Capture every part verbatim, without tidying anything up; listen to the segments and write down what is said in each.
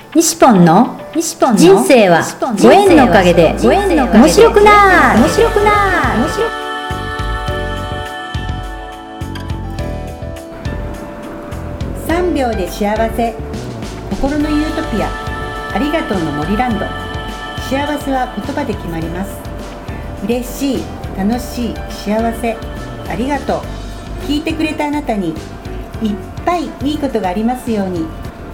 西ポンの人生はご縁のおかげで面白くない面白くない面白くさんびょうで幸せ、心のユートピア、ありがとうの森ランド。幸せは言葉で決まります。嬉しい、楽しい、幸せ、ありがとう。聞いてくれたあなたにいっぱいいいことがありますように。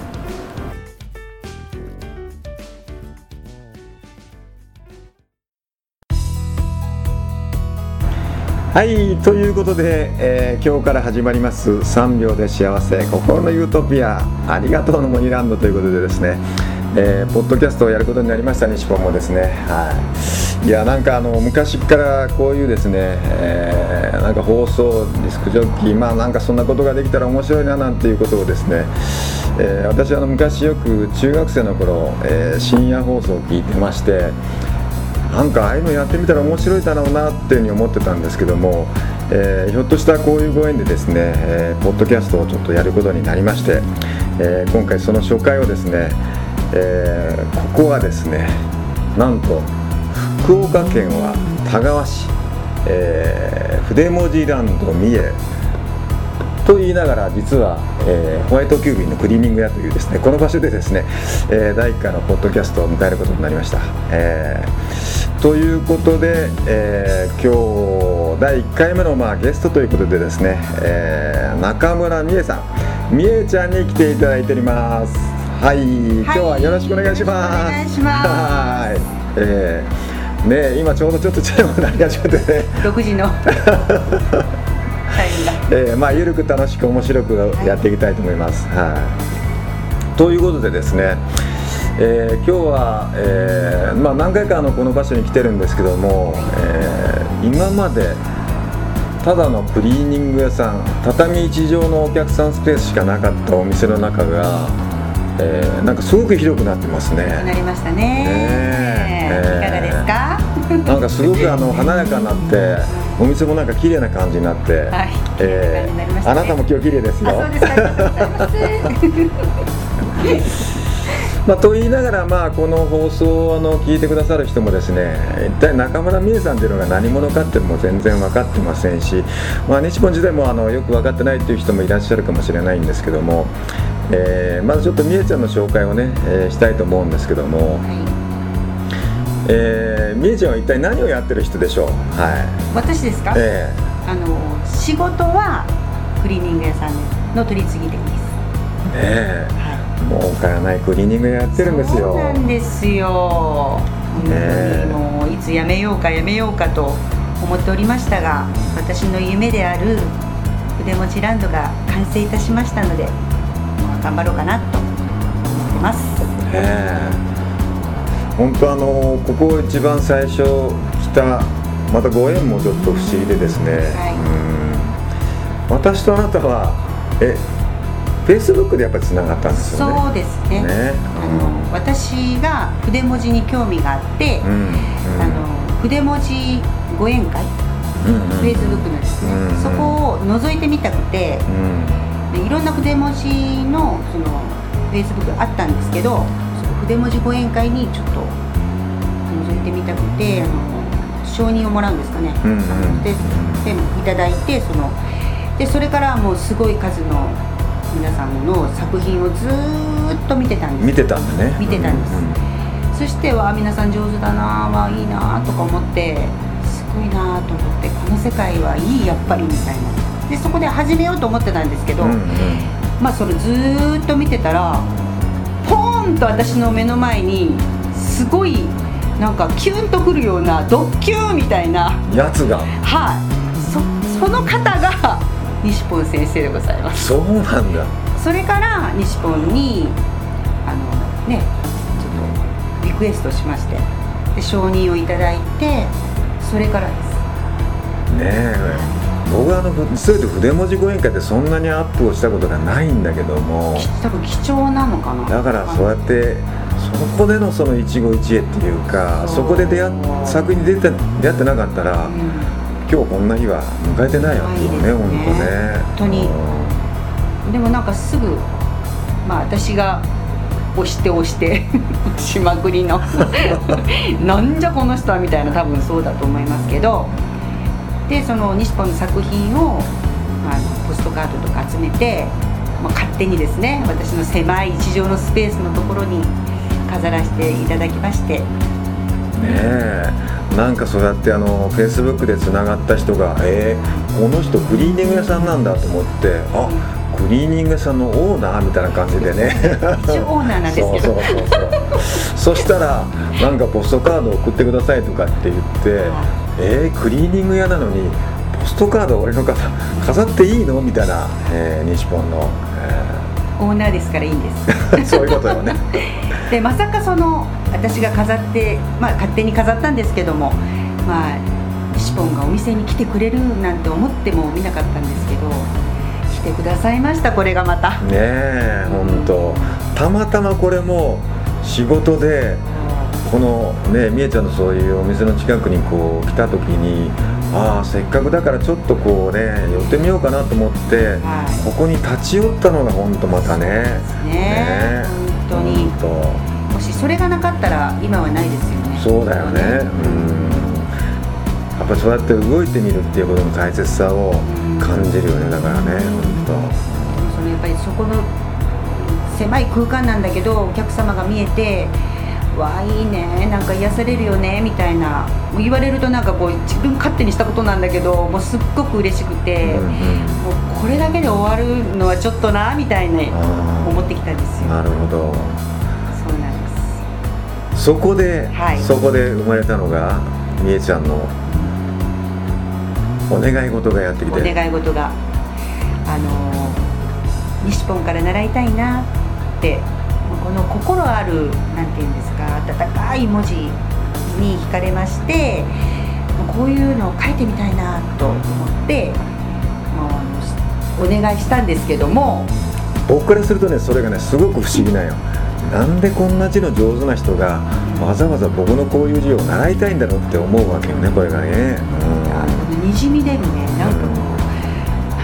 はい、ということで、えー、今日から始まりますさんびょうで幸せ、心のユートピア、ありがとうのモニランドということでですね、えー、ポッドキャストをやることになりました西ポンもですね、はい、いやなんかあの昔からこういうですね、えー、なんか放送ディスクジョッキー、まあなんかそんなことができたら面白いななんていうことをですね、えー、私あの昔よく中学生の頃、えー、深夜放送を聞いてまして、なんかああいうのやってみたら面白いだろうなっていうふうに思ってたんですけども、えー、ひょっとしたらこういうご縁でですね、えー、ポッドキャストをちょっとやることになりまして、えー、今回その初回をですね、えー、ここはですね、なんと福岡県は田川市、えー、筆文字ランド三重と言いながら、実は、えー、ホワイト急便のクリーニング屋というですね、この場所でですね、えー、だいいっかいのポッドキャストを迎えることになりました。えー、ということで、えー、今日だいいっかいめの、まあ、ゲストということでですね、えー、中村美恵さん、美恵ちゃんに来ていただいております。はい、はい、今日はよろしくお願いします。 お願いします。 はい、えー、ね、今ちょうどちょっとチャイム鳴り始めてね、 ろくじのえーまあ、ゆるく楽しく面白くやっていきたいと思います。はい、ということでですね、えー、今日は、えーまあ、何回かあのこの場所に来てるんですけども、えー、今までただのクリーニング屋さん、畳一畳のお客さんスペースしかなかったお店の中が、えー、なんかすごく広くなってますね。 なりましたね。ねえー、いかがですか？ なんかすごくあの華やかになって、お店もなんか綺麗な感じになって、はい、えーね、あなたも今日綺麗ですよ。 あ、そうですか、ありがとうございます。 まあ、と言いながら、まあ、この放送をあの聞いてくださる人もですね、一体中村美恵さんというのが何者かっていうのも全然分かってませんし、まあ、西本時代もあのよく分かってないという人もいらっしゃるかもしれないんですけども、えー、まずちょっと美恵ちゃんの紹介をね、えー、したいと思うんですけども、はい、えー、美恵ちゃんは一体何をやってる人でしょう？はい、 私ですか？えー、あの仕事はクリーニング屋さんの取り次ぎでいいです。 えーはい、儲からないクリーニングやってるんですよ。 そうなんですよ。本当にもういつ辞めようか辞めようかと思っておりましたが、私の夢である筆文字ランドが完成いたしましたので、頑張ろうかなと思ってます。 えー、本当あのここ一番最初来たまたご縁もちょっと不思議でですね、はい、うん、私とあなたはえFacebook でやっぱりつながったんですよね。 そうですね。ね、あの私が筆文字に興味があって、うんうん、あの筆文字ご縁会、うんうん、Facebook のですね、うんうん、そこを覗いてみたくて、うん、でいろんな筆文字のその Facebook あったんですけど、その筆文字ご縁会にちょっと覗いてみたくて、あの承認をもらうんですかね、うんうん、で, でいただいて、そのでそれからもうすごい数の皆さんの作品をずーっと見てたんです。 見てたんだね。 見てたんです、うんうん、そしては皆さん上手だな、わいいなとか思って、すごいなと思って、この世界はいいやっぱりみたいなで、そこで始めようと思ってたんですけど、うんうん、まあそれずーっと見てたらポーンと私の目の前にすごいなんかキュンとくるようなドッキュンみたいなやつが、 はい、そ, その方が西ポン先生でございます。 そうなんだ。 それから西ポンにあのねちょっとリクエストしまして、で承認をいただいて、それからです。 ねえ、僕はあのそういう筆文字ご縁会でそんなにアップをしたことがないんだけども、 多分貴重なのかな。 だからそうやってそこでのその一期一会っていうか、そこで出会っ作品に出て出会ってなかったら、うん、今日こんな日は迎えてないわけよね、本当ね。 本当に。でもなんかすぐ、まあ私が押して押してしまくりのなんじゃこの人はみたいな、多分そうだと思いますけど、でその西ポンの作品を、まあ、ポストカードとか集めて、まあ、勝手にですね私の狭い一畳のスペースのところに飾らせていただきまして、ねえ、なんかそうやってあのフェイスブックでつながった人が、えー、この人クリーニング屋さんなんだと思って、あ、クリーニング屋さんのオーナーみたいな感じでね一応オーナーなんですけどそうそうそうそうそしたらなんかポストカード送ってくださいとかって言って、えー、クリーニング屋なのにポストカード俺の方飾っていいのみたいな、えー、西ポンの、 えー、オーナーですからいいんですそういうことよねでまさかその私が飾って、まあ、勝手に飾ったんですけども、まあ、西ポンがお店に来てくれるなんて思ってもみなかったんですけど、来てくださいました。これがまたねえ、ほんとたまたまこれも仕事でこのねみえちゃんのそういうお店の近くにこう来た時に、ああせっかくだからちょっとこうね寄ってみようかなと思って、はい、ここに立ち寄ったのがほんとまたねねね本当にもしそれがなかったら今はないですよね。 そうだよね、うん、やっぱりそうやって動いてみるっていうことの大切さを感じるよね。だからね、本当そのやっぱりそこの狭い空間なんだけどお客様が見えて、わあいいね、なんか癒されるよねみたいな言われると、なんかこう自分勝手にしたことなんだけどもうすっごく嬉しくて、うんうん、もうこれだけで終わるのはちょっとなみたいに思ってきたんですよ。 なるほど。 そうなんです。 そこで、 はい、 そこで生まれたのがみえちゃんのお願い事がやってきて、 お願い事があの西ポンから習いたいなって、この心あるなんていうんですか、温かい文字に惹かれまして、こういうのを書いてみたいなと思ってもうお願いしたんですけども、 僕からするとねそれがねすごく不思議なんよ。なんでこんな字の上手な人がわざわざ僕のこういう字を習いたいんだろうって思うわけよね、これがね。 うん、にじみ出るね、なんかこう、うん、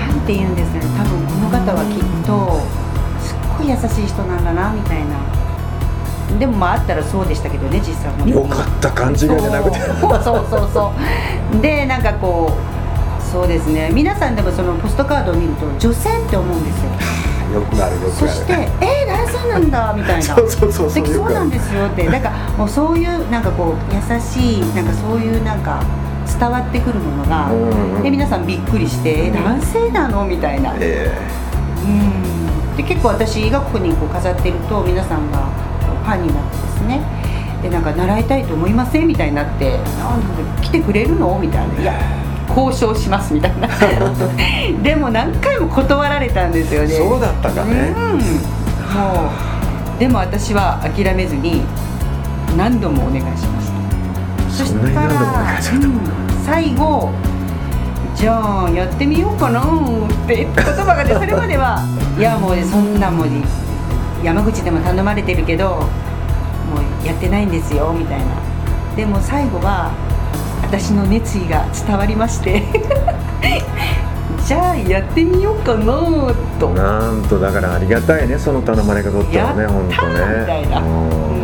なんて言うんですかね、多分この方はきっとすっごい優しい人なんだなみたいな。でもまああったらそうでしたけどね、実際よかった勘違いじゃなくてそうそうそうそうでなんかこうそうですね、皆さんでもそのポストカードを見ると女性って思うんですよ。 よくあるよくある。 そしてえー、男性なんだみたいなそうそうそうそう、 そうなんですよって、なんかもうそういうなんかこう優しいなんかそういうなんか伝わってくるものが、うんうん、で皆さんびっくりして、うん、え男性なのみたいな、えー、うんで結構私がここにこう飾ってると皆さんがファンになってですね、でなんか習いたいと思いませんみたいになって、なんか来てくれるのみたいな、いや交渉しますみたいなでも何回も断られたんですよね。 そうだったかね、うん、もうでも私は諦めずに何度もお願いしました。そしたら、うん、最後じゃあやってみようかなって言葉が出それまではいやもうそんなもう山口でも頼まれてるけどもうやってないんですよみたいな。でも最後は私の熱意が伝わりましてじゃあやってみようかなと。 なんとだからありがたいね、その頼まれ方ったらね、本当ね。 みたいな、うん、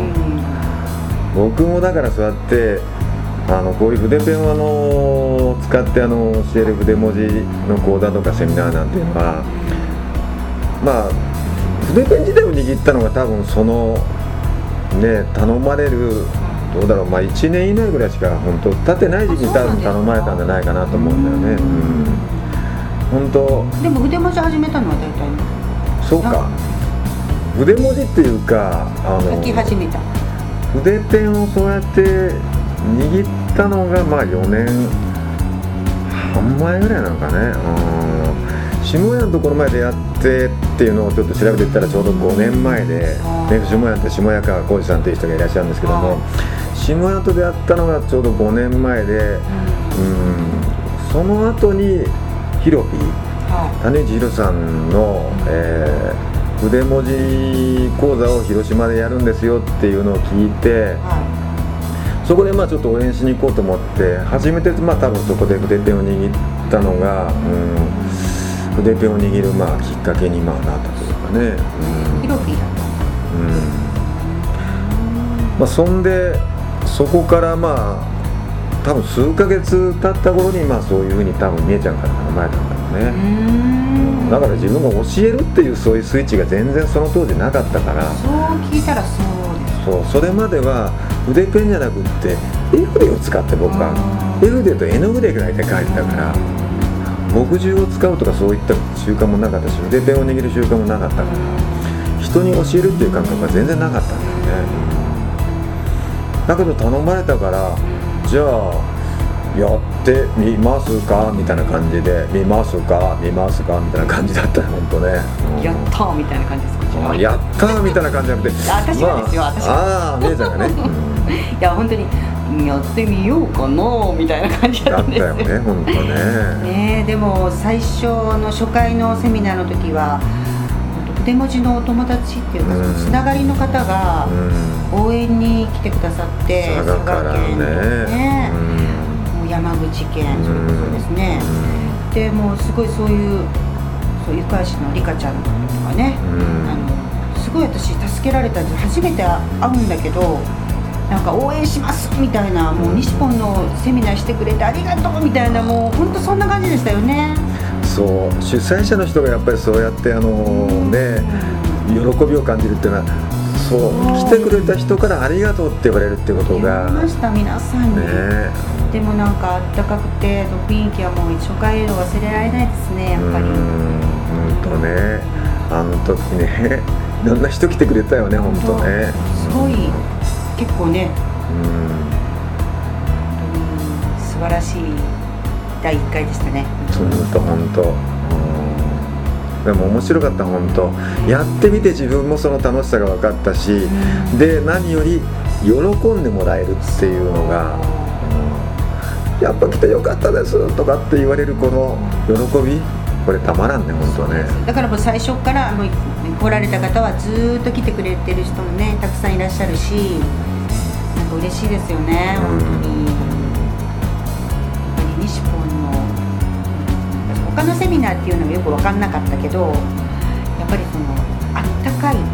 僕もだからそうやってあのこういう筆ペンをあの使ってあの教える筆文字の講座とかセミナーなんていうのは、まあ筆ペン自体を握ったのが多分そのね頼まれるどうだろう、まあいちねん以内ぐらいしか本当経ってない時期に多分頼まれたんじゃないかなと思うんだよね。うん、本当。 でも筆文字始めたのは大体そうか、筆文字っていうかあの書き始めた筆ペンをそうやって握ったのがまあよねんはん前ぐらいなのかね。うん、下屋のところまでやってっていうのをちょっと調べていったらちょうどごねんまえで、ね、下屋って下屋川浩二さんという人がいらっしゃるんですけども、下屋と出会ったのがちょうどごねんまえで、うん、その後にヒロピー、種市博さんの、えー、筆文字講座を広島でやるんですよっていうのを聞いて、そこでまあちょっと応援しに行こうと思って初めて、まあ多分そこで筆ペンを握ったのが、うん、筆ペンを握るまあきっかけにまあなったというかね。 ヒロピーだった。 うんまあ、そんでそこからまあ多分数ヶ月経った頃にまあそういうふうに多分みえちゃんから頼まれたんだろうね。 うーんだから自分が教えるっていうそういうスイッチが全然その当時なかったから、 そう聞いたらそうです。 そうそれまでは筆ペンじゃなくって絵筆を使って僕は絵筆と絵の筆ぐらいで描いてたから、墨汁を使うとかそういった習慣もなかったし、筆ペンを握る習慣もなかったから、人に教えるっていう感覚が全然なかったんだよね。だけど頼まれたから、じゃあやってみますかみたいな感じで、見ますか見ますかみたいな感じだったよ本当ね。 やったーみたいな感じですか。 あやったーみたいな感じじゃなくて、 私はですよ、 まあ、 私はああみえちゃんがね、うん、 いや本当にやってみようかなみたいな感じだったんですよ。 だったよね本当ね。 ねえでも最初の初回のセミナーの時は筆文字のお友達っていうか、 うん、 そのつながりの方が応援に来てくださって、 うん、佐賀からね、 ね、うん、もう山口県、それこそですね、うん、でもうすごいそういうそうゆかいしのりかちゃんとかね、うん、あのすごい私助けられたんです。初めて会うんだけどなんか応援しますみたいな、もう西ポンのセミナーしてくれてありがとうみたいな、もう本当そんな感じでしたよね。 そう主催者の人がやっぱりそうやってあのね、喜びを感じるっていうのは、そう来てくれた人からありがとうって言われるってことが言いました皆さんに、ね、でもなんかあったかくて雰囲気はもう初回の忘れられないですねやっぱり。 うん本当ね、あの時ねいろんな人来てくれたよね本当ね。 すごい結構ね、うん、本当に素晴らしいだいいっかいでしたね。 本当本当。でも面白かった本当。やってみて自分もその楽しさが分かったし、うん、で何より喜んでもらえるっていうのが、うん、やっぱ来てよかったですとかって言われるこの喜び、これたまらんね本当ね。 だからもう最初からもう来られた方はずっと来てくれてる人もねたくさんいらっしゃるし、なんか嬉しいですよね、うん、本当に。やっぱり西ポンの他のセミナーっていうのがよく分かんなかったけど、やっぱりそのあったかい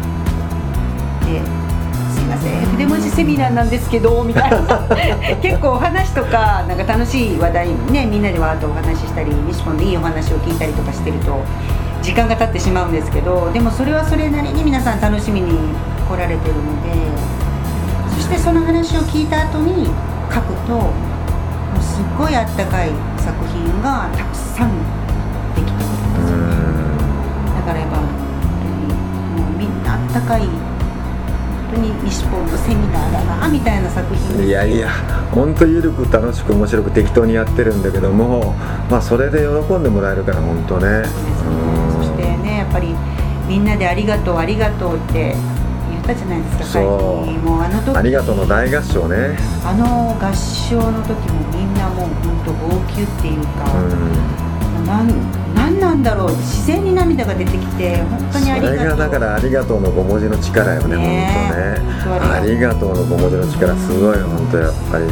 ですいません筆文字セミナーなんですけどみたいな結構お話とかなんか楽しい話題ねみんなでわーっとお話ししたり、西ポンでいいお話を聞いたりとかしてると時間が経ってしまうんですけど、でもそれはそれなりに皆さん楽しみに来られてるので、そしてその話を聞いた後に書くともうすっごいあったかい作品がたくさんできてくるんですよね。だからやっぱ本当にもうみんなあったかい本当に西ポンのセミナーだなみたいな作品。 いやいや本当ゆるく楽しく面白く適当にやってるんだけども、まあそれで喜んでもらえるから本当ね。 そしてねやっぱりみんなでありがとうありがとうって言ったじゃないですか。 そうもうあの時ありがとうの大合唱ね。 あの合唱の時もみんなもう本当号泣っていうか、うん、なんなんなんだろう自然に涙が出てきて本当にありがとう。 それがだからありがとうのご文字の力よね。ね本当ねありがとうのご文字の力すごい本当やっぱり、うん、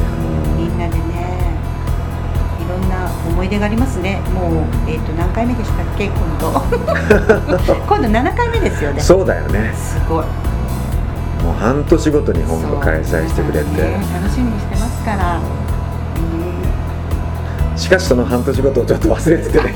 みんなでねいろんな思い出がありますね。もう、えー、と何回目でしたっけ今度今度ななかいめですよね。 そうだよね。 すごいもう半年ごとに本部開催してくれて、 ね、楽しみにしてますから、 うん、しかしその半年ごとをちょっと忘れててね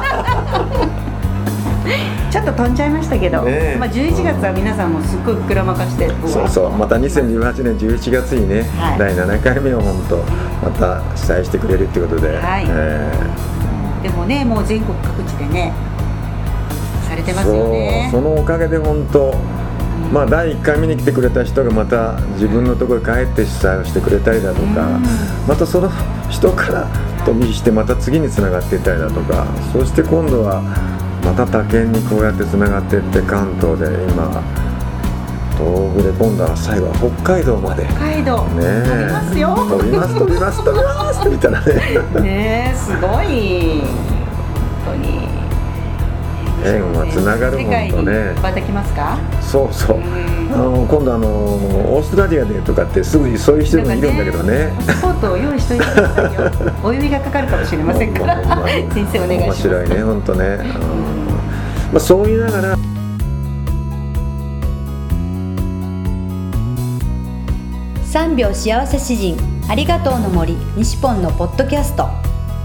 ちょっと飛んじゃいましたけど、ねまあ、じゅういちがつは皆さんもすっごい膨らまかしてそうそうまたにせんじゅうはちねんじゅういちがつにね、はい、だいななかいめを本当また主催してくれるってことで、はいえー、でもねもう全国各地でねされてますよね。 そうそのおかげで本当まあ、だいいっかいめに来てくれた人がまた自分のところに帰って主催をしてくれたりだとか、またその人から飛びしてまた次につながっていったりだとか、そして今度はまた他県にこうやってつながっていって関東で今東北で今度は最後は北海道まで北海道、ね、飛びますよ飛びます飛びます飛びますみたいなねねえすごい本当に縁はつながるもんとね。世界にまた来ますか。 そうそう、うん、あの今度あのオーストラリアでとかってすぐそういう人もいるんだけどね。 パスポートを用意しといてくださいよお呼びがかかるかもしれませんから先生お願いします。 面白いね本当ね、うんまあ、そう言いながら三秒幸せ詩人ありがとうの森西ポンのポッドキャスト。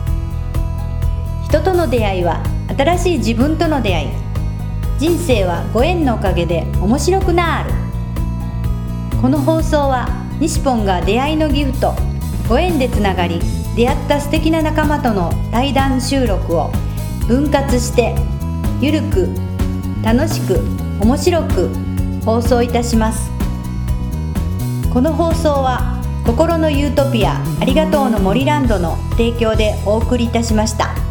人との出会いは新しい自分との出会い。人生はご縁のおかげで面白くなる。この放送は西ポンが出会いのギフト、ご縁でつながり出会った素敵な仲間との対談収録を分割してゆるく楽しく面白く放送いたします。この放送は心のユートピアありがとうの森ランドの提供でお送りいたしました。